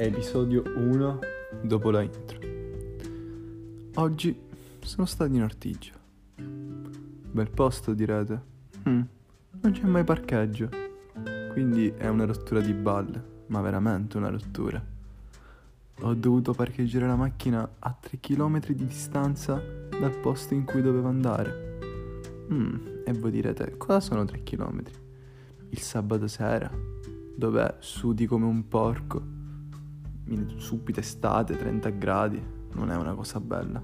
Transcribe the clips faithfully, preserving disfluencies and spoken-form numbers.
Episodio uno dopo la intro. Oggi sono stato in Ortigia. Bel posto, direte. Mm, non c'è mai parcheggio, quindi è una rottura di balle, ma veramente una rottura. Ho dovuto parcheggiare la macchina a tre chilometri di distanza dal posto in cui dovevo andare. Mm, e voi direte, cosa sono tre chilometri? Il sabato sera, dove sudi come un porco, in subito estate, trenta gradi, non è una cosa bella.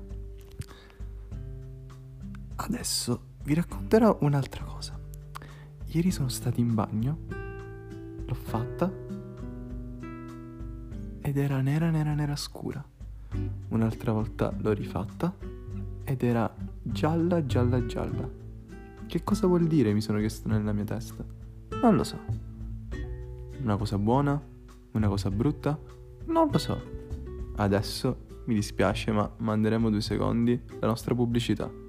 Adesso vi racconterò un'altra cosa. Ieri sono stato in bagno, l'ho fatta ed era nera nera nera scura. Un'altra volta l'ho rifatta ed era gialla gialla gialla. Che cosa vuol dire, mi sono chiesto nella mia testa? Non lo so. Una cosa buona? Una cosa brutta? Non lo so. Adesso mi dispiace, ma manderemo due secondi la nostra pubblicità.